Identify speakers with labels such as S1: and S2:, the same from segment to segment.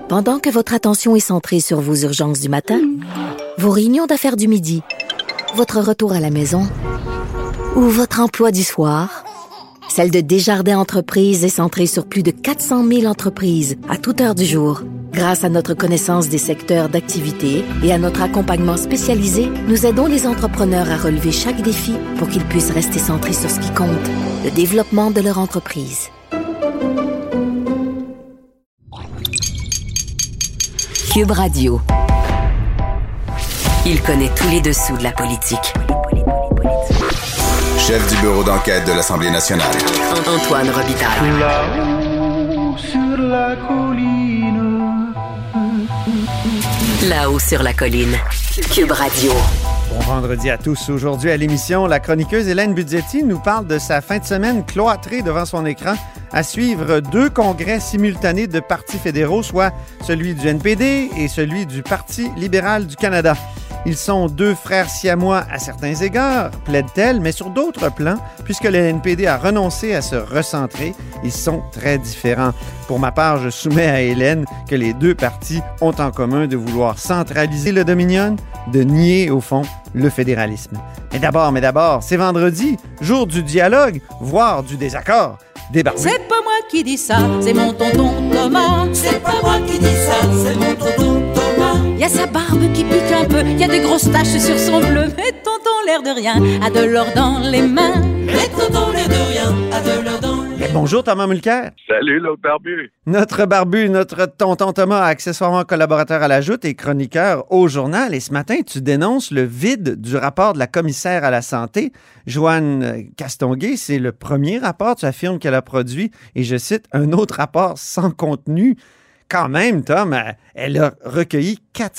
S1: Pendant que votre attention est centrée sur vos urgences du matin, vos réunions d'affaires du midi, votre retour à la maison ou votre emploi du soir, celle de Desjardins Entreprises est centrée sur plus de 400 000 entreprises à toute heure du jour. Grâce à notre connaissance des secteurs d'activité et à notre accompagnement spécialisé, nous aidons les entrepreneurs à relever chaque défi pour qu'ils puissent rester centrés sur ce qui compte, le développement de leur entreprise.
S2: Cube Radio. Il connaît tous les dessous de la politique.
S3: Chef du bureau d'enquête de l'Assemblée nationale.
S2: Antoine Robitaille.
S4: Là-haut sur la colline.
S2: Là-haut sur la colline. Cube Radio.
S5: Bon vendredi à tous. Aujourd'hui à l'émission, la chroniqueuse Hélène Budzetti nous parle de sa fin de semaine cloîtrée devant son écran à suivre 2 congrès simultanés de partis fédéraux, soit celui du NPD et celui du Parti libéral du Canada. Ils sont 2 frères siamois à certains égards, plaide-t-elle, mais sur d'autres plans, puisque le NPD a renoncé à se recentrer, ils sont très différents. Pour ma part, je soumets à Hélène que les 2 partis ont en commun de vouloir centraliser le Dominion, de nier, au fond, le fédéralisme. Mais d'abord, c'est vendredi, jour du dialogue, voire du désaccord. Débarquez.
S6: C'est pas moi qui dis ça, c'est mon tonton Thomas. C'est pas moi qui dis ça, c'est mon tonton Thomas. Y a sa barbe qui pique un peu, y a des grosses taches sur son bleu. Mais tonton, l'air de rien, a de l'or dans les mains. Mais tonton, l'air de rien, a de l'or dans les mains.
S5: Bonjour Thomas Mulcair.
S7: Salut l'autre barbu.
S5: Notre barbu, notre tonton Thomas, accessoirement collaborateur à la Joute et chroniqueur au journal. Et ce matin, tu dénonces le vide du rapport de la commissaire à la santé, Joanne Castonguay. C'est le premier rapport, tu affirmes qu'elle a produit, et je cite, un autre rapport sans contenu. Quand même, Tom, elle a recueilli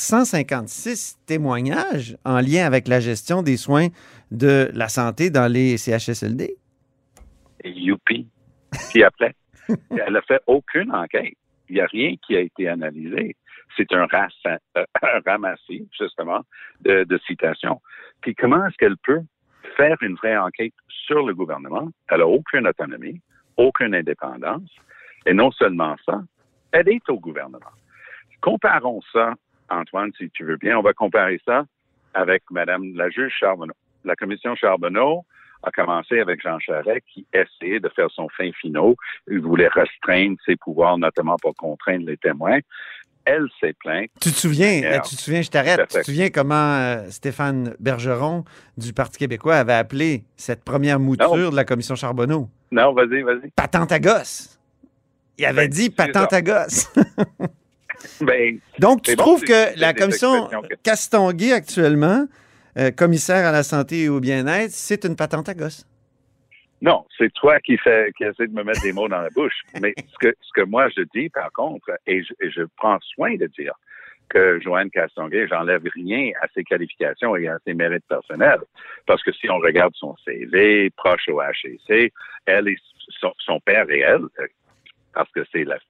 S5: 456 témoignages en lien avec la gestion des soins de la santé dans les CHSLD.
S7: Youpi. Puis après, elle n'a fait aucune enquête. Il n'y a rien qui a été analysé. C'est un ramassis, justement, de citations. Puis comment est-ce qu'elle peut faire une vraie enquête sur le gouvernement? Elle n'a aucune autonomie, aucune indépendance. Et non seulement ça, elle est au gouvernement. Comparons ça, Antoine, si tu veux bien. On va comparer ça avec Madame la juge Charbonneau. La commission Charbonneau a commencé avec Jean Charest qui essayait de faire son fin finaux. Il voulait restreindre ses pouvoirs, notamment pour contraindre les témoins. Elle s'est plainte.
S5: Tu te souviens, je t'arrête, tu te souviens comment Stéphane Bergeron du Parti québécois avait appelé cette première mouture de la commission Charbonneau?
S7: Non, vas-y.
S5: Patente à gosse. Il avait dit patente à gosse. Donc, tu trouves que la commission Castonguay actuellement, commissaire à la santé et au bien-être, c'est une patente à gosse?
S7: Non, c'est toi qui essaie de me mettre des mots dans la bouche. Mais ce que moi je dis, par contre, et je prends soin de dire que Joanne Castonguay, j'enlève rien à ses qualifications et à ses mérites personnels. Parce que si on regarde son CV, proche au HEC, elle et son père et elle, parce que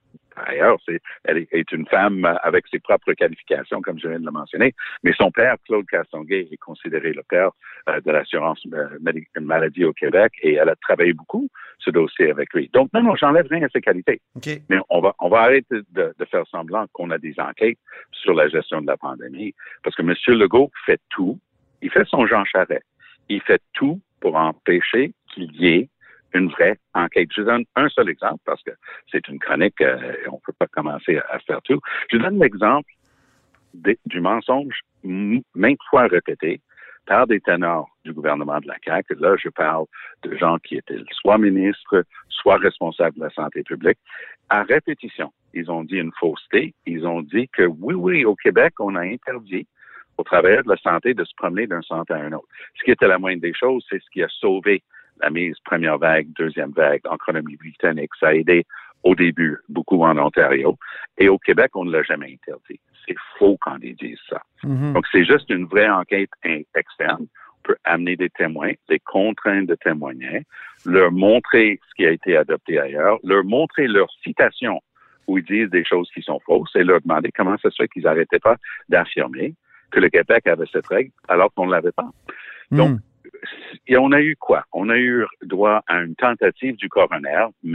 S7: elle est une femme avec ses propres qualifications, comme je viens de le mentionner. Mais son père, Claude Castonguay, est considéré le père de l'assurance maladie au Québec et elle a travaillé beaucoup ce dossier avec lui. Donc, non, j'enlève rien à ses qualités.
S5: Okay.
S7: Mais on va arrêter de faire semblant qu'on a des enquêtes sur la gestion de la pandémie parce que M. Legault fait tout. Il fait son Jean Charest. Il fait tout pour empêcher qu'il y ait une vraie enquête. Je donne un seul exemple parce que c'est une chronique et on ne peut pas commencer à faire tout. Je donne l'exemple du mensonge maintes fois répété par des ténors du gouvernement de la CAQ. Là, je parle de gens qui étaient soit ministres, soit responsables de la santé publique. À répétition, ils ont dit une fausseté. Ils ont dit que oui, au Québec, on a interdit aux travailleurs de la santé de se promener d'un centre à un autre. Ce qui était la moindre des choses, c'est ce qui a sauvé la mise première vague, deuxième vague en Colombie-Britannique. Ça a aidé au début beaucoup en Ontario. Et au Québec, on ne l'a jamais interdit. C'est faux quand ils disent ça. Mm-hmm. Donc, c'est juste une vraie enquête externe. On peut amener des témoins, les contraindre de témoigner, leur montrer ce qui a été adopté ailleurs, leur montrer leurs citations où ils disent des choses qui sont fausses et leur demander comment ça se fait qu'ils n'arrêtaient pas d'affirmer que le Québec avait cette règle alors qu'on ne l'avait pas. Donc, et on a eu quoi? On a eu droit à une tentative du coroner, mais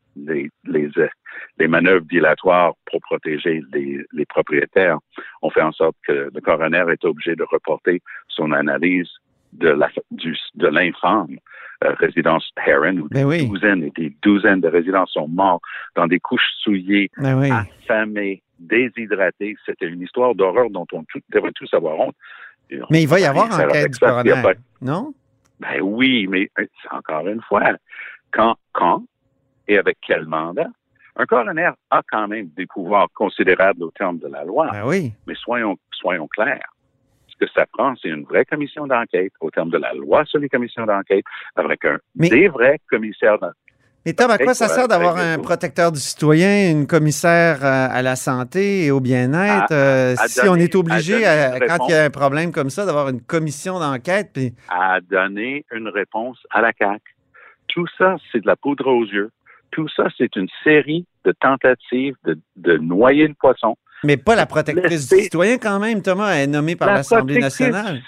S7: les manœuvres dilatoires pour protéger les propriétaires ont fait en sorte que le coroner est obligé de reporter son analyse de l'infâme résidence Heron, où des douzaines de résidents sont morts dans des couches souillées, affamés, déshydratés. C'était une histoire d'horreur dont on devrait tous avoir honte.
S5: Mais il va y avoir enquête du coroner, non?
S7: Ben oui, mais encore une fois, quand et avec quel mandat? Un coroner a quand même des pouvoirs considérables au terme de la loi.
S5: Ben oui.
S7: Mais soyons clairs. Ce que ça prend, c'est une vraie commission d'enquête au terme de la loi sur les commissions d'enquête avec des vrais commissaires d'enquête.
S5: Mais Tom, à quoi ça sert d'avoir un protecteur du citoyen, une commissaire à la santé et au bien-être, si on est obligé, quand il y a un problème comme ça, d'avoir une commission d'enquête? Puis...
S7: À donner une réponse à la CAQ. Tout ça, c'est de la poudre aux yeux. Tout ça, c'est une série de tentatives de noyer le poisson.
S5: Mais pas la protectrice du citoyen quand même, Thomas, elle est nommée par l'Assemblée nationale.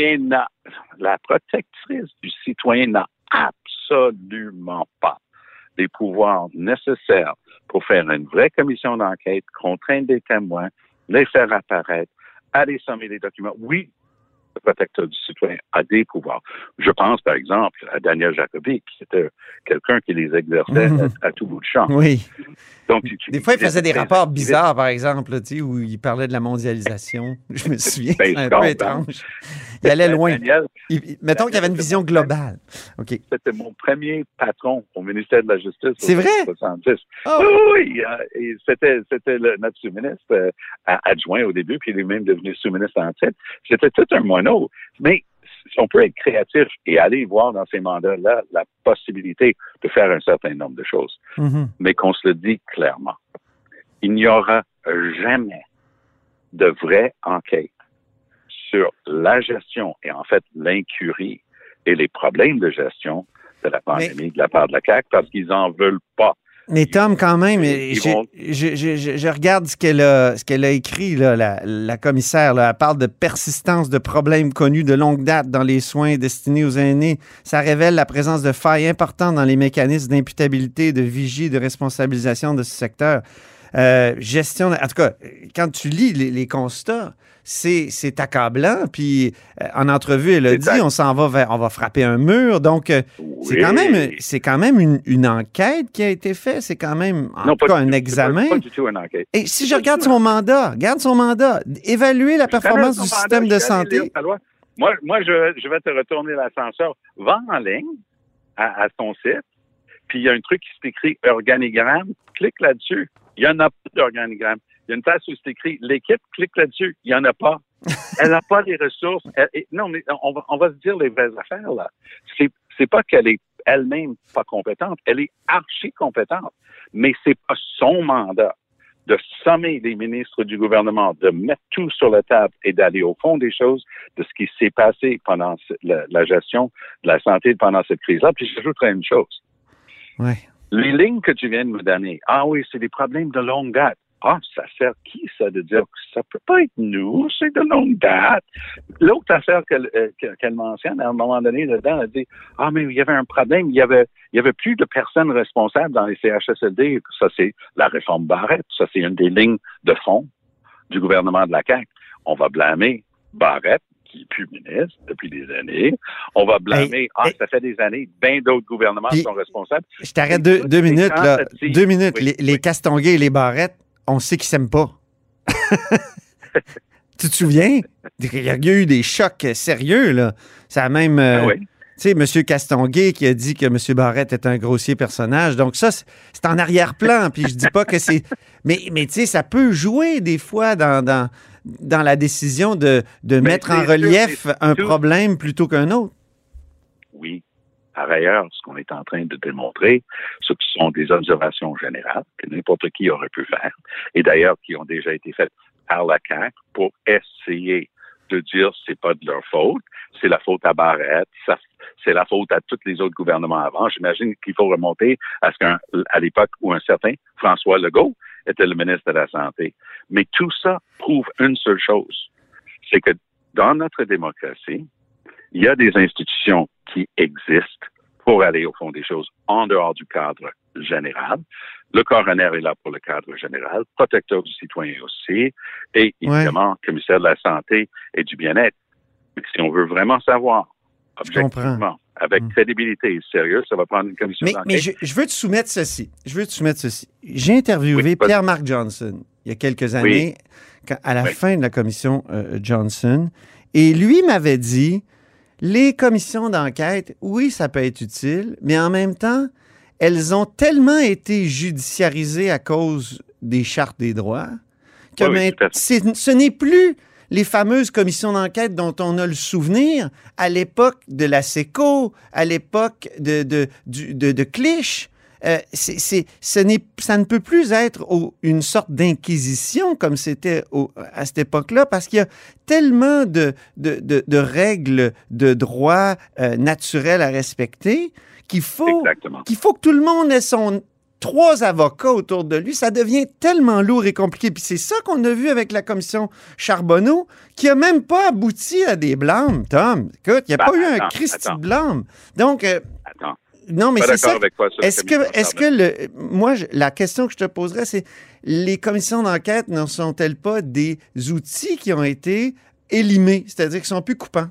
S7: La protectrice du citoyen n'a absolument pas les pouvoirs nécessaires pour faire une vraie commission d'enquête, contraindre des témoins, les faire apparaître, aller sommer les documents. Oui, le protecteur du citoyen a des pouvoirs. Je pense, par exemple, à Daniel Jacobi, qui était quelqu'un qui les exerçait à tout bout de champ.
S5: Oui. Donc, des fois, il faisait des rapports bizarres, par exemple, où il parlait de la mondialisation. Je me souviens, c'est un peu étrange. Il allait loin. Mettons qu'il y avait une vision globale. Okay.
S7: C'était mon premier patron au ministère de la Justice.
S5: C'est vrai?
S7: 70. Oh. Oui, c'était notre sous-ministre adjoint au début, puis il est même devenu sous-ministre en tête. C'était tout un moineau. Mais on peut être créatif et aller voir dans ces mandats-là la possibilité de faire un certain nombre de choses. Mais qu'on se le dit clairement. Il n'y aura jamais de vraie enquête sur la gestion et en fait l'incurie et les problèmes de gestion de la pandémie de la part de la CAQ parce qu'ils n'en veulent pas.
S5: Mais Tom, quand même, je regarde ce qu'elle a écrit, là, la commissaire. Là, elle parle de persistance de problèmes connus de longue date dans les soins destinés aux aînés. Ça révèle la présence de failles importantes dans les mécanismes d'imputabilité, de vigie, de responsabilisation de ce secteur. Gestion, en tout cas, quand tu lis les constats, c'est accablant. Puis en entrevue, elle a dit, on va frapper un mur. Donc, c'est quand même une enquête qui a été faite. C'est quand même, en tout cas, un examen.
S7: Pas du tout une enquête.
S5: Et si je regarde son mandat, évaluer la performance du système de santé.
S7: Moi, je vais te retourner l'ascenseur. Va en ligne à ton site, puis il y a un truc qui s'écrit organigramme. Clique là-dessus. Il n'y en a pas d'organigramme. Il y a une place où c'est écrit « L'équipe, clique là-dessus ». Il n'y en a pas. Elle n'a pas les ressources. Non, mais on va se dire les vraies affaires, là. C'est pas qu'elle est elle-même pas compétente. Elle est archi compétente. Mais c'est pas son mandat de sommer les ministres du gouvernement, de mettre tout sur la table et d'aller au fond des choses de ce qui s'est passé pendant la gestion de la santé pendant cette crise-là. Puis j'ajouterais une chose.
S5: Ouais.
S7: Les lignes que tu viens de me donner, oui, c'est des problèmes de longue date. Ça sert qui, ça, de dire que ça peut pas être nous, c'est de longue date. L'autre affaire qu'elle mentionne, à un moment donné, dedans, elle dit, mais il y avait un problème, il y avait plus de personnes responsables dans les CHSLD. Ça, c'est la réforme Barrette. Ça, c'est une des lignes de fond du gouvernement de la CAQ. On va blâmer Barrette, qui n'est plus ministre depuis des années. On va blâmer, ça fait des années, bien d'autres gouvernements sont responsables.
S5: Je t'arrête 2 minutes, là. 2 minutes. Oui. Les Castonguay et les Barrette, on sait qu'ils s'aiment pas. Tu te souviens? Il y a eu des chocs sérieux, là. Ça a même... Tu sais, M. Castonguay qui a dit que M. Barrette est un grossier personnage. Donc ça, c'est en arrière-plan. Puis je dis pas que c'est... Mais tu sais, ça peut jouer des fois dans la décision de mettre en relief un problème plutôt qu'un autre.
S7: Oui. Par ailleurs, ce qu'on est en train de démontrer, ce sont des observations générales que n'importe qui aurait pu faire, et d'ailleurs qui ont déjà été faites par la CAQ pour essayer de dire c'est pas de leur faute, c'est la faute à Barrette, c'est la faute à tous les autres gouvernements avant. J'imagine qu'il faut remonter à l'époque où un certain François Legault était le ministre de la Santé. Mais tout ça prouve une seule chose, c'est que dans notre démocratie, il y a des institutions qui existent pour aller au fond des choses en dehors du cadre général. Le coroner est là pour le cadre général, protecteur du citoyen aussi, et évidemment, commissaire de la santé et du bien-être. Mais si on veut vraiment savoir, objectivement, avec crédibilité et sérieux, ça va prendre une commission d'enquête.
S5: Mais je veux te soumettre ceci. J'ai interviewé Pierre-Marc Johnson il y a quelques années, à la fin de la commission Johnson, et lui m'avait dit, les commissions d'enquête, oui, ça peut être utile, mais en même temps, elles ont tellement été judiciarisées à cause des chartes des droits que ce n'est plus les fameuses commissions d'enquête dont on a le souvenir à l'époque de la SECO, à l'époque de Clich. Ça ne peut plus être une sorte d'inquisition comme c'était à cette époque-là, parce qu'il y a tellement de règles de droit naturels à respecter qu'il faut que tout le monde ait son 3 avocats autour de lui. Ça devient tellement lourd et compliqué. Puis c'est ça qu'on a vu avec la commission Charbonneau, qui n'a même pas abouti à des blâmes, Tom. Écoute, il n'y a pas eu un Christi de blâme. Donc, non, mais c'est ça. La question que je te poserais, c'est, les commissions d'enquête ne sont-elles pas des outils qui ont été élimés, c'est-à-dire qui sont plus coupants?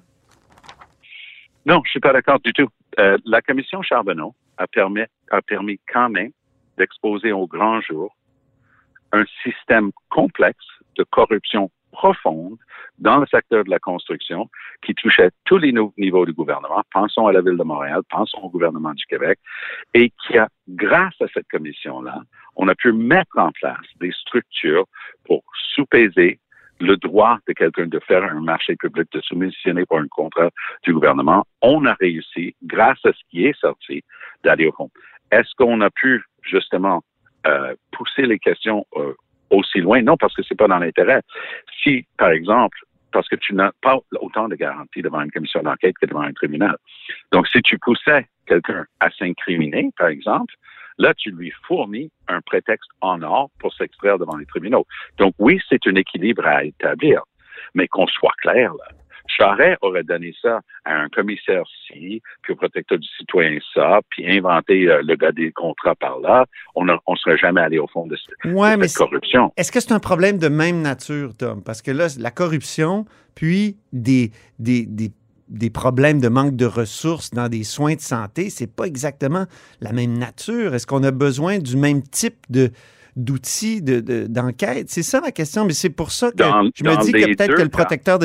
S7: Non, je suis pas d'accord du tout. La commission Charbonneau a permis quand même d'exposer au grand jour un système complexe de corruption profonde dans le secteur de la construction qui touchait tous les niveaux du gouvernement. Pensons à la Ville de Montréal, pensons au gouvernement du Québec, et qui a, grâce à cette commission-là, on a pu mettre en place des structures pour sous-peser le droit de quelqu'un de faire un marché public, de soumissionner pour un contrat du gouvernement. On a réussi, grâce à ce qui est sorti, d'aller au fond. Est-ce qu'on a pu, justement, pousser les questions aussi loin? Non, parce que c'est pas dans l'intérêt. Si, par exemple, parce que tu n'as pas autant de garanties devant une commission d'enquête que devant un tribunal. Donc, si tu poussais quelqu'un à s'incriminer, par exemple, là, tu lui fournis un prétexte en or pour s'extraire devant les tribunaux. Donc, oui, c'est un équilibre à établir. Mais qu'on soit clair, là, Charest aurait donné ça à un commissaire ci, puis au protecteur du citoyen ça, puis inventé le gars des contrats par là. On serait jamais allé au fond de cette corruption.
S5: Est-ce que c'est un problème de même nature, Tom? Parce que là, la corruption, puis des problèmes de manque de ressources dans des soins de santé, c'est pas exactement la même nature. Est-ce qu'on a besoin du même type d'outils d'enquête? C'est ça ma question, mais c'est pour ça que je me dis que peut-être que le protecteur du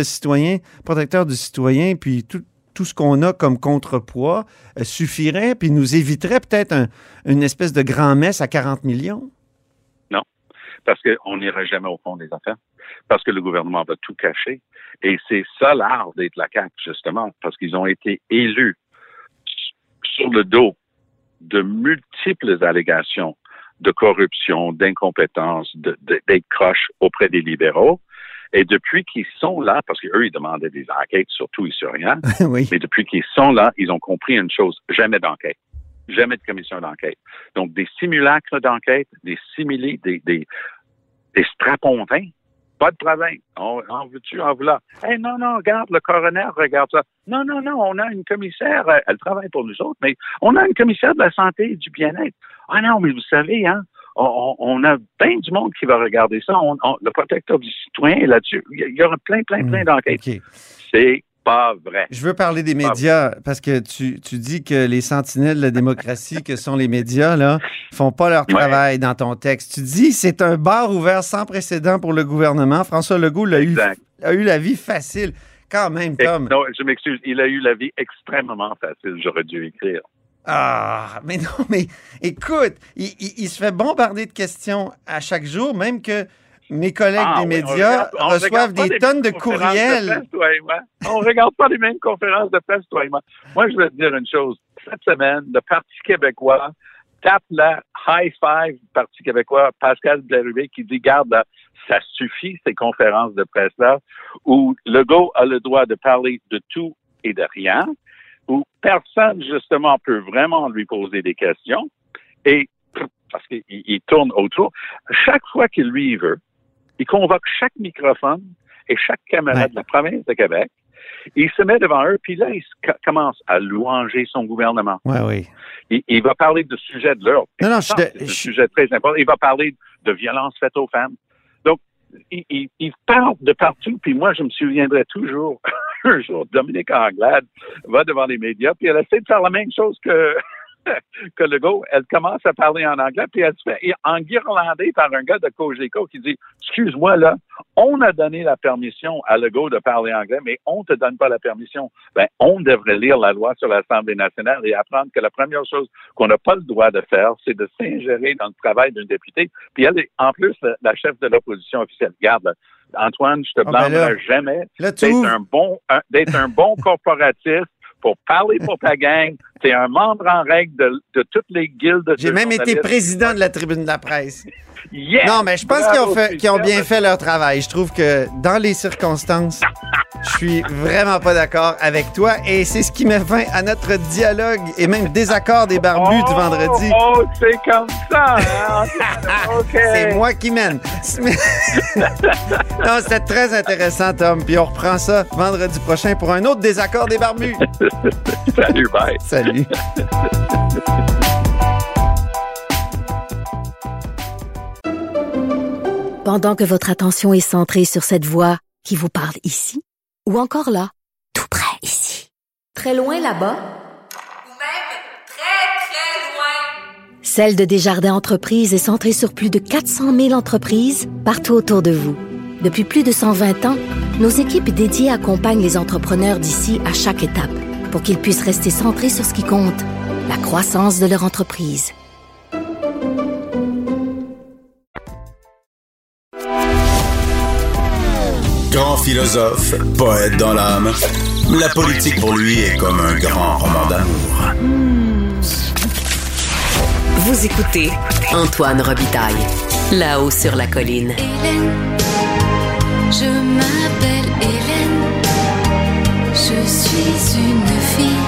S5: citoyen, puis tout ce qu'on a comme contrepoids suffirait, puis nous éviterait peut-être une espèce de grand-messe à 40 millions.
S7: Non, parce qu'on n'irait jamais au fond des affaires, parce que le gouvernement va tout cacher. Et c'est ça l'art d'être la CAQ, justement, parce qu'ils ont été élus sur le dos de multiples allégations de corruption, d'incompétence, d'être croche auprès des libéraux. Et depuis qu'ils sont là, parce qu'eux, ils demandaient des enquêtes, surtout et sur rien,
S5: oui.
S7: Mais depuis qu'ils sont là, ils ont compris une chose, jamais d'enquête, jamais de commission d'enquête. Donc, des simulacres d'enquête, des simili, des strapontins, pas de problème. En veux-tu, en voilà. Hey, non, regarde, le coroner, regarde ça. Non, on a une commissaire, elle travaille pour nous autres, mais on a une commissaire de la santé et du bien-être. Ah non, mais vous savez, hein, on a bien du monde qui va regarder ça. Le protecteur du citoyen est là-dessus. Il y aura plein d'enquêtes. Okay. C'est pas vrai.
S5: Je veux parler des médias, parce que tu dis que les sentinelles de la démocratie, que sont les médias, là, font pas leur travail dans ton texte. Tu dis c'est un bar ouvert sans précédent pour le gouvernement. François Legault a eu la vie facile. Quand même, Tom.
S7: Non, je m'excuse. Il a eu la vie extrêmement facile. J'aurais dû écrire.
S5: Ah, mais non, mais écoute, il se fait bombarder de questions à chaque jour, même que mes collègues des médias reçoivent des tonnes de courriels.
S7: On ne regarde pas les mêmes conférences de presse, toi et moi. Moi, je vais te dire une chose. Cette semaine, le Parti québécois tape la high five du Parti québécois, Pascal Bérubé, qui dit, garde, là, ça suffit, ces conférences de presse-là, où Legault a le droit de parler de tout et de rien, où personne, justement, peut vraiment lui poser des questions, et parce qu'il tourne autour. Chaque fois qu'il lui veut, il convoque chaque microphone et chaque caméra de la province de Québec, Il se met devant eux, puis là, il commence à louanger son gouvernement.
S5: Oui.
S7: Il va parler de sujets de l'ordre.
S5: Non,
S7: c'est un sujet très important. Il va parler de violences faites aux femmes. Donc, il parle de partout, puis moi, je me souviendrai toujours, un jour, Dominique Anglade va devant les médias, puis elle essaie de faire la même chose que Legault. Elle commence à parler en anglais, puis elle se fait enguirlander par un gars de Cogeco qui dit « Excuse-moi, là, on a donné la permission à Legault de parler anglais, mais on te donne pas la permission. » Ben, on devrait lire la loi sur l'Assemblée nationale et apprendre que la première chose qu'on n'a pas le droit de faire, c'est de s'ingérer dans le travail d'un député. Puis elle est, en plus, la chef de l'opposition officielle. Regarde, Antoine, je te blâmerai jamais d'être un bon corporatiste pour parler pour ta gang. T'es un membre en règle de toutes les guildes.
S5: J'ai même été président de la Tribune de la presse.
S7: Yes!
S5: Non, mais je pense qu'ils ont bien fait leur travail. Je trouve que dans les circonstances, je suis vraiment pas d'accord avec toi. Et c'est ce qui met fin à notre dialogue et même désaccord des barbus du vendredi.
S7: Oh, c'est comme ça! Hein? Okay.
S5: C'est moi qui mène. Non, c'était très intéressant, Tom. Puis on reprend ça vendredi prochain pour un autre désaccord des barbus.
S7: Salut, bye.
S5: Salut.
S1: Pendant que votre attention est centrée sur cette voix qui vous parle ici, ou encore là, tout près ici, très loin là-bas,
S8: ou même très, très loin,
S1: Celle de Desjardins Entreprises est centrée sur plus de 400 000 entreprises partout autour de vous. Depuis plus de 120 ans, nos équipes dédiées accompagnent les entrepreneurs d'ici à chaque étape pour qu'ils puissent rester centrés sur ce qui compte, la croissance de leur entreprise.
S3: Grand philosophe, poète dans l'âme, la politique pour lui est comme un grand roman d'amour.
S2: Vous écoutez Antoine Robitaille, là-haut sur la colline.
S8: Hélène, je m'appelle Hélène, je suis une fille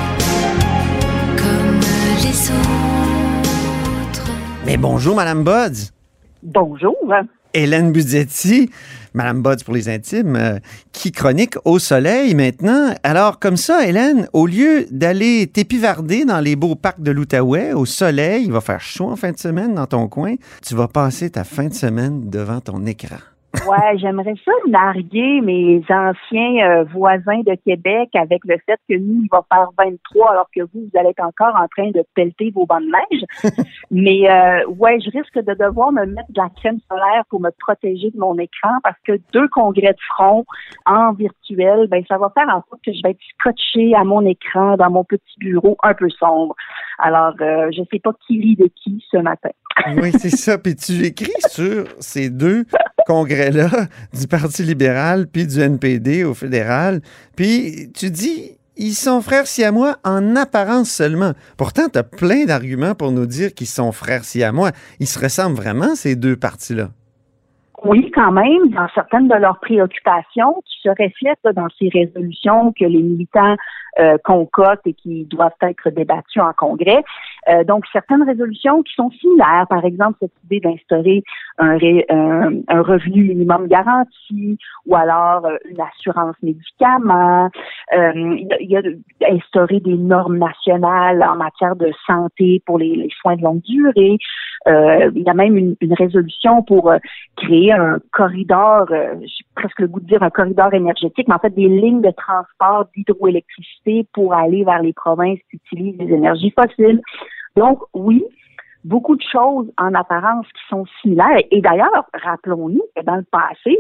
S8: comme les autres.
S5: Mais bonjour, Madame Bodds.
S9: Bonjour.
S5: Hélène Buzzetti, Madame Bodds pour les intimes, qui chronique Au Soleil maintenant. Alors, comme ça, Hélène, au lieu d'aller t'épivarder dans les beaux parcs de l'Outaouais, au soleil, il va faire chaud en fin de semaine dans ton coin, tu vas passer ta fin de semaine devant ton écran.
S9: Ouais, j'aimerais ça narguer mes anciens voisins de Québec avec le fait que nous, il va faire 23 alors que vous allez être encore en train de pelleter vos bancs de neige. Mais ouais, je risque de devoir me mettre de la crème solaire pour me protéger de mon écran parce que 2 congrès de front en virtuel, ben ça va faire en sorte que je vais être scotchée à mon écran dans mon petit bureau un peu sombre. Alors, je sais pas qui rit de qui ce matin.
S5: Oui, c'est ça. Puis tu écris sur ces 2 congrès-là du Parti libéral puis du NPD au fédéral. Puis tu dis, ils sont frères siamois en apparence seulement. Pourtant, tu as plein d'arguments pour nous dire qu'ils sont frères siamois. Ils se ressemblent vraiment, ces 2 partis-là.
S9: Oui, quand même, dans certaines de leurs préoccupations qui se reflètent là, dans ces résolutions que les militants concoctent et qui doivent être débattues en congrès. Donc, certaines résolutions qui sont similaires, par exemple, cette idée d'instaurer un revenu minimum garanti ou alors une assurance médicaments. Il y a instaurer des normes nationales en matière de santé pour les soins de longue durée. Il y a même une résolution pour créer un corridor, j'ai presque le goût de dire un corridor énergétique, mais en fait des lignes de transport d'hydroélectricité pour aller vers les provinces qui utilisent des énergies fossiles. Donc, oui, beaucoup de choses en apparence qui sont similaires. Et d'ailleurs, rappelons-nous que dans le passé,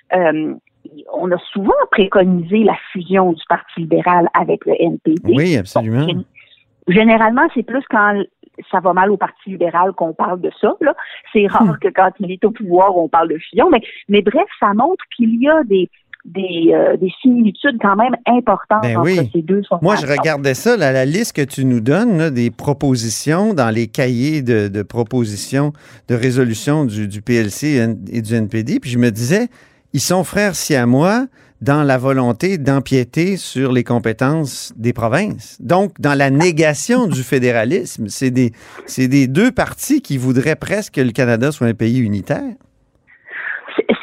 S9: on a souvent préconisé la fusion du Parti libéral avec le NPD.
S5: Oui, absolument.
S9: Donc, généralement, c'est plus quand ça va mal au Parti libéral qu'on parle de ça. Là. C'est rare que quand il est au pouvoir, on parle de fusion. Mais bref, ça montre qu'il y a des similitudes quand même importantes entre ces 2 formations.
S5: Moi, je regardais ça, la liste que tu nous donnes, là, des propositions dans les cahiers de propositions de résolution du PLC et du NPD, puis je me disais, ils sont frères siamois dans la volonté d'empiéter sur les compétences des provinces. Donc, dans la négation du fédéralisme, c'est des 2 partis qui voudraient presque que le Canada soit un pays unitaire.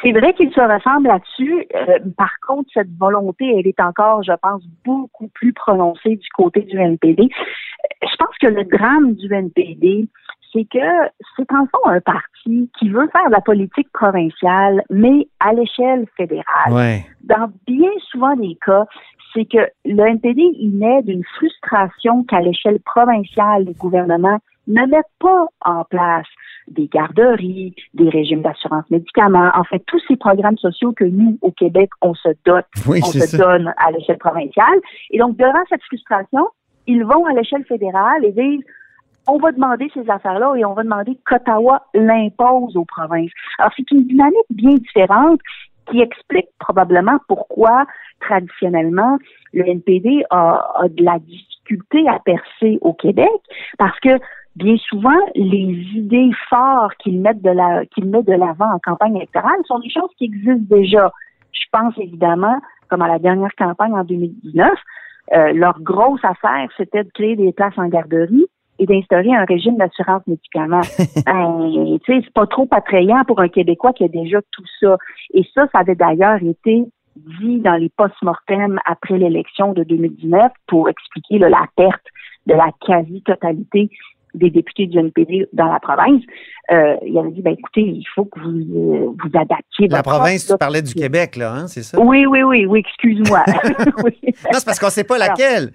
S9: C'est vrai qu'ils se ressemblent là-dessus. Par contre, cette volonté, elle est encore, je pense, beaucoup plus prononcée du côté du NPD. Je pense que le drame du NPD, c'est que c'est en fond un parti qui veut faire de la politique provinciale, mais à l'échelle fédérale.
S5: Ouais.
S9: Dans bien souvent des cas, c'est que le NPD, il naît d'une frustration qu'à l'échelle provinciale, les gouvernements ne mettent pas en place des garderies, des régimes d'assurance médicaments, en fait, tous ces programmes sociaux que nous, au Québec, on se dote, donne à l'échelle provinciale. Et donc, devant cette frustration, ils vont à l'échelle fédérale et disent, on va demander ces affaires-là et on va demander qu'Ottawa l'impose aux provinces. Alors, c'est une dynamique bien différente qui explique probablement pourquoi, traditionnellement, le NPD a de la difficulté à percer au Québec, parce que bien souvent, les idées fortes qu'il met de l'avant en campagne électorale sont des choses qui existent déjà. Je pense évidemment, comme à la dernière campagne en 2019, leur grosse affaire, c'était de créer des places en garderie et d'instaurer un régime d'assurance médicaments. Tu sais, c'est pas trop attrayant pour un Québécois qui a déjà tout ça. Et ça avait d'ailleurs été dit dans les post-mortem après l'élection de 2019 pour expliquer là, la perte de la quasi-totalité des députés du NPD dans la province. Il avait dit, écoutez, il faut que vous adaptiez.
S5: La province, tu parlais du Québec, là, hein, c'est ça?
S9: Oui, excuse-moi. Oui.
S5: Non, c'est parce qu'on ne sait pas laquelle.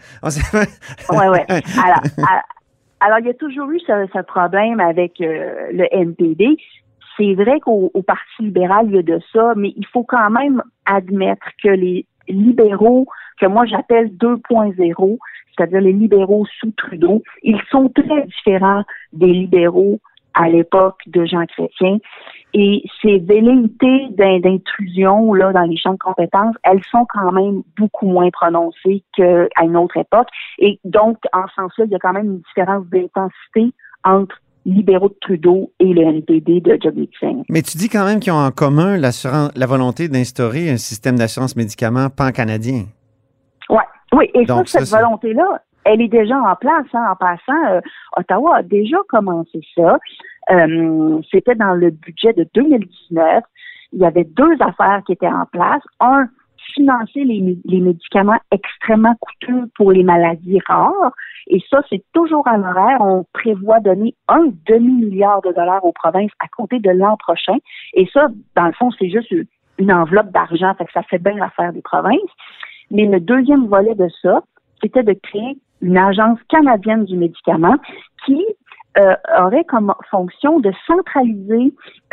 S9: Oui. Alors, il y a toujours eu ce problème avec le NPD. C'est vrai qu'au Parti libéral, il y a de ça, mais il faut quand même admettre que les libéraux, que moi j'appelle 2.0, c'est-à-dire les libéraux sous Trudeau, ils sont très différents des libéraux à l'époque de Jean Chrétien. Et ces velléités d'intrusion là dans les champs de compétences, elles sont quand même beaucoup moins prononcées qu'à une autre époque. Et donc, en ce sens-là, il y a quand même une différence d'intensité entre libéraux de Trudeau et le NPD de Jagmeet Singh.
S5: Mais tu dis quand même qu'ils ont en commun la volonté d'instaurer un système d'assurance médicaments pan-canadien.
S9: Oui, et donc, cette volonté-là, elle est déjà en place. En passant, Ottawa a déjà commencé ça. C'était dans le budget de 2019. Il y avait deux affaires qui étaient en place. Un, financer les médicaments extrêmement coûteux pour les maladies rares. Et ça, c'est toujours à l'horaire. On prévoit donner $1 demi-milliard aux provinces à compter de l'an prochain. Et ça, dans le fond, c'est juste une enveloppe d'argent. Fait que ça fait bien l'affaire des provinces. Mais le deuxième volet de ça, c'était de créer une agence canadienne du médicament qui aurait comme fonction de centraliser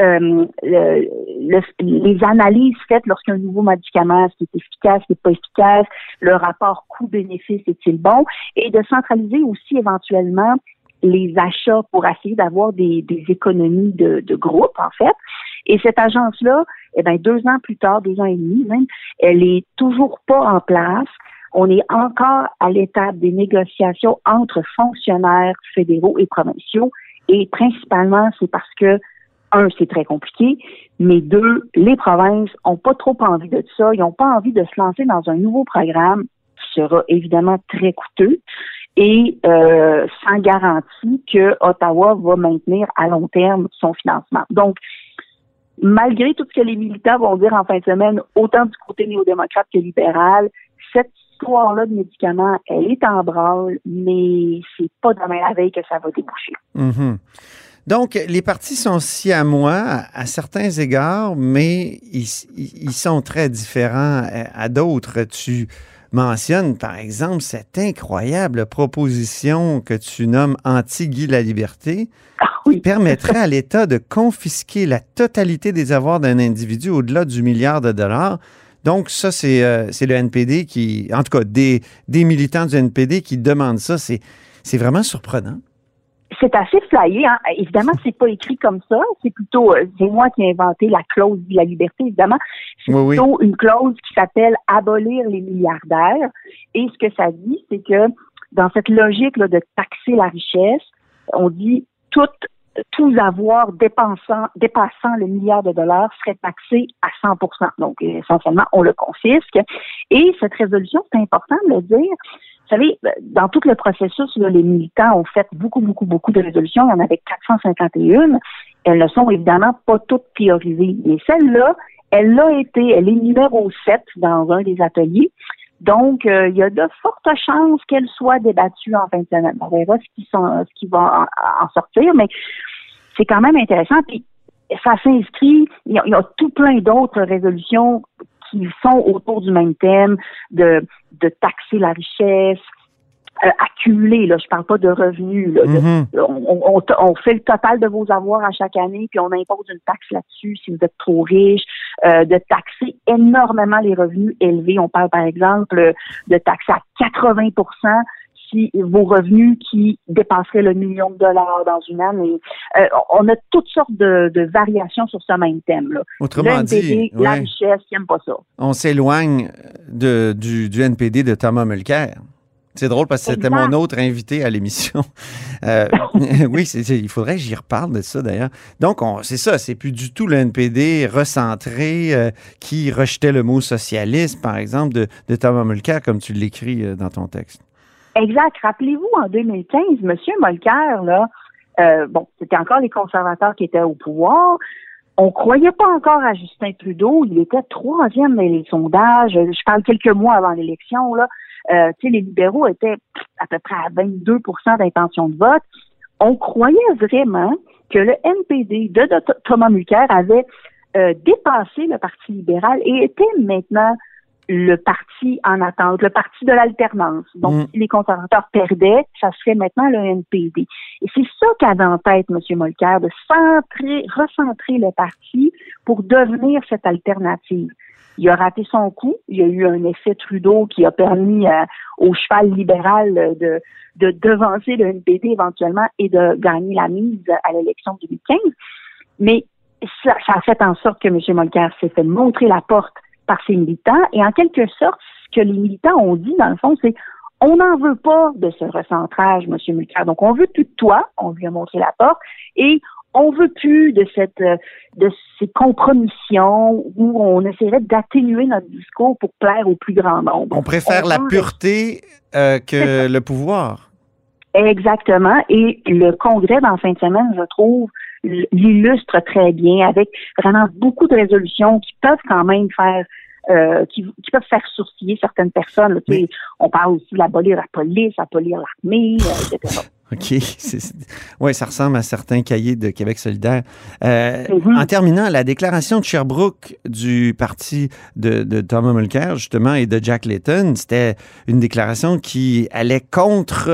S9: les analyses faites lorsqu'un nouveau médicament, ce qui est efficace, ce qui n'est pas efficace, le rapport coût-bénéfice, est-il bon, et de centraliser aussi éventuellement les achats pour essayer d'avoir des économies de groupe, en fait. Et cette agence-là, 2 ans plus tard, 2 ans et demi même, elle est toujours pas en place. On est encore à l'étape des négociations entre fonctionnaires fédéraux et provinciaux. Et principalement, c'est parce que, 1, c'est très compliqué, mais 2, les provinces ont pas trop envie de ça. Ils n'ont pas envie de se lancer dans un nouveau programme qui sera évidemment très coûteux et sans garantie que Ottawa va maintenir à long terme son financement. Donc, malgré tout ce que les militants vont dire en fin de semaine, autant du côté néo-démocrate que libéral, cette histoire-là de médicaments, elle est en branle, mais c'est pas demain la veille que ça va déboucher.
S5: Mm-hmm. Donc, les partis sont siamois à certains égards, mais ils sont très différents à d'autres. Tu mentionnes, par exemple, cette incroyable proposition que tu nommes anti-Guy Laliberté, qui permettrait à l'État de confisquer la totalité des avoirs d'un individu au-delà du $1 milliard. Donc, ça, c'est le NPD qui, en tout cas, des militants du NPD qui demandent ça. C'est vraiment surprenant.
S9: C'est assez flyé, hein. Évidemment, c'est pas écrit comme ça. C'est plutôt, c'est moi qui ai inventé la clause de la liberté, évidemment. C'est plutôt une clause qui s'appelle abolir les milliardaires. Et ce que ça dit, c'est que dans cette logique là, de taxer la richesse, on dit tous avoirs dépassant le $1 milliard seraient taxés à 100%. Donc, essentiellement, on le confisque. Et cette résolution, c'est important de le dire. Vous savez, dans tout le processus, là, les militants ont fait beaucoup de résolutions. Il y en avait 451. elles ne sont évidemment pas toutes priorisées. Mais celle-là, elle est numéro 7 dans un des ateliers. Donc, il y a de fortes chances qu'elle soit débattue en fin de semaine. On verra ce qui va en sortir, mais c'est quand même intéressant. Puis, ça s'inscrit, il y a tout plein d'autres résolutions qui sont autour du même thème, de taxer la richesse, accumuler, là, je parle pas de revenus, là, on fait le total de vos avoirs à chaque année, puis on impose une taxe là-dessus si vous êtes trop riche, de taxer énormément les revenus élevés. On parle, par exemple, de taxer à 80% si vos revenus qui dépasseraient le $1 million dans une année. On a toutes sortes de variations sur ce même thème, là.
S5: Autrement
S9: le NPD,
S5: dit,
S9: la richesse, qui n'aime pas ça.
S5: On s'éloigne du NPD de Thomas Mulcair. C'est drôle parce que c'était mon autre invité à l'émission. Oui, il faudrait que j'y reparle de ça d'ailleurs. Donc, c'est ça, c'est plus du tout le NPD recentré qui rejetait le mot socialiste, par exemple, de Thomas Mulcair, comme tu l'écris dans ton texte.
S9: Exact. Rappelez-vous, en 2015, M. Mulcair, là, c'était encore les conservateurs qui étaient au pouvoir. On croyait pas encore à Justin Trudeau. Il était 3e dans les sondages. Je parle quelques mois avant l'élection, là. Les libéraux étaient à peu près à 22% d'intention de vote. On croyait vraiment que le NPD de Thomas Mulcair avait dépassé le Parti libéral et était maintenant le parti en attente, le parti de l'alternance. Donc, si les conservateurs perdaient, ça serait maintenant le NPD. Et c'est ça qu'avait en tête M. Mulcair, de recentrer le parti pour devenir cette alternative. Il a raté son coup. Il y a eu un effet Trudeau qui a permis au cheval libéral de devancer le NPD éventuellement et de gagner la mise à l'élection 2015. Mais ça a fait en sorte que M. Mulcair s'est fait montrer la porte par ses militants. Et en quelque sorte, ce que les militants ont dit, dans le fond, c'est on n'en veut pas de ce recentrage, M. Mulcair. Donc, on veut plus de toi. On lui a montré la porte. Et on veut plus de ces compromissions où on essaierait d'atténuer notre discours pour plaire au plus grand nombre.
S5: On préfère la pureté que le pouvoir. Exactement.
S9: Et le Congrès, dans la fin de semaine, je trouve, l'illustre très bien avec vraiment beaucoup de résolutions qui peuvent quand même faire qui peuvent faire sourciller certaines personnes. Oui. On parle aussi d'abolir la police, abolir l'armée, etc.
S5: OK. Oui, ça ressemble à certains cahiers de Québec solidaire. En terminant, la déclaration de Sherbrooke du parti de Thomas Mulcair, justement, et de Jack Layton, c'était une déclaration qui allait contre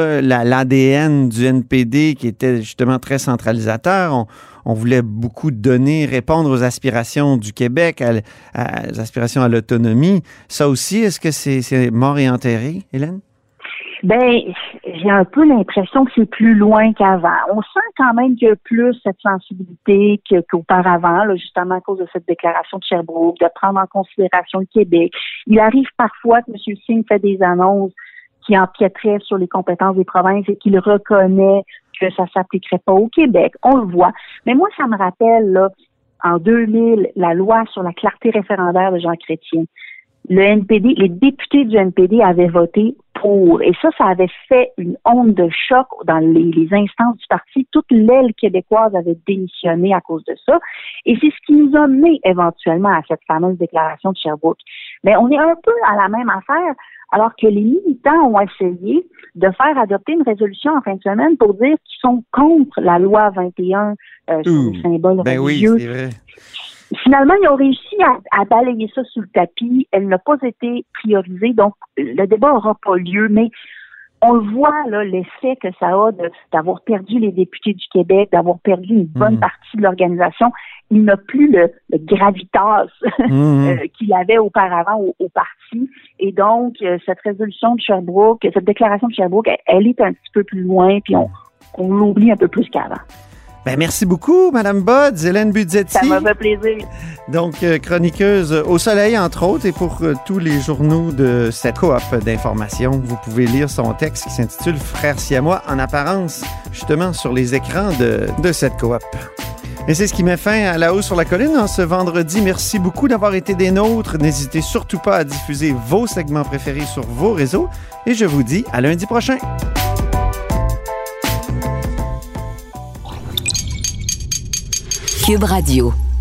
S5: l'ADN du NPD, qui était justement très centralisateur. On voulait beaucoup donner, répondre aux aspirations du Québec, aux aspirations à l'autonomie. Ça aussi, est-ce que c'est mort et enterré, Hélène?
S9: Ben, j'ai un peu l'impression que c'est plus loin qu'avant. On sent quand même qu'il y a plus cette sensibilité qu'auparavant, là, justement à cause de cette déclaration de Sherbrooke, de prendre en considération le Québec. Il arrive parfois que M. Singh fait des annonces qui empiéteraient sur les compétences des provinces et qu'il reconnaît que ça s'appliquerait pas au Québec. On le voit. Mais moi, ça me rappelle, là, en 2000, la loi sur la clarté référendaire de Jean Chrétien. Le NPD, les députés du NPD avaient voté pour. Et ça avait fait une onde de choc dans les instances du parti. Toute l'aile québécoise avait démissionné à cause de ça. Et c'est ce qui nous a mené éventuellement à cette fameuse déclaration de Sherbrooke. Mais on est un peu à la même affaire, alors que les militants ont essayé de faire adopter une résolution en fin de semaine pour dire qu'ils sont contre la loi 21 sur les symboles religieux.
S5: Oui, c'est vrai.
S9: Finalement, ils ont réussi à balayer ça sous le tapis. Elle n'a pas été priorisée, donc le débat n'aura pas lieu. Mais on le voit, là, l'effet que ça a d'avoir perdu les députés du Québec, d'avoir perdu une bonne partie de l'organisation. Il n'a plus le gravitas qu'il avait auparavant au parti. Et donc, cette résolution de Sherbrooke, cette déclaration de Sherbrooke, elle est un petit peu plus loin, puis on l'oublie un peu plus qu'avant.
S5: Ben, merci beaucoup, Mme Bodds, Hélène Budzetti.
S9: Ça m'a fait plaisir.
S5: Donc, chroniqueuse au Soleil, entre autres, et pour tous les journaux de cette coop d'information, vous pouvez lire son texte qui s'intitule « Frères siamois en apparence », justement sur les écrans de cette coop. Et c'est ce qui met fin à La Haut sur la Colline en ce vendredi. Merci beaucoup d'avoir été des nôtres. N'hésitez surtout pas à diffuser vos segments préférés sur vos réseaux. Et je vous dis à lundi prochain.
S2: Cube Radio.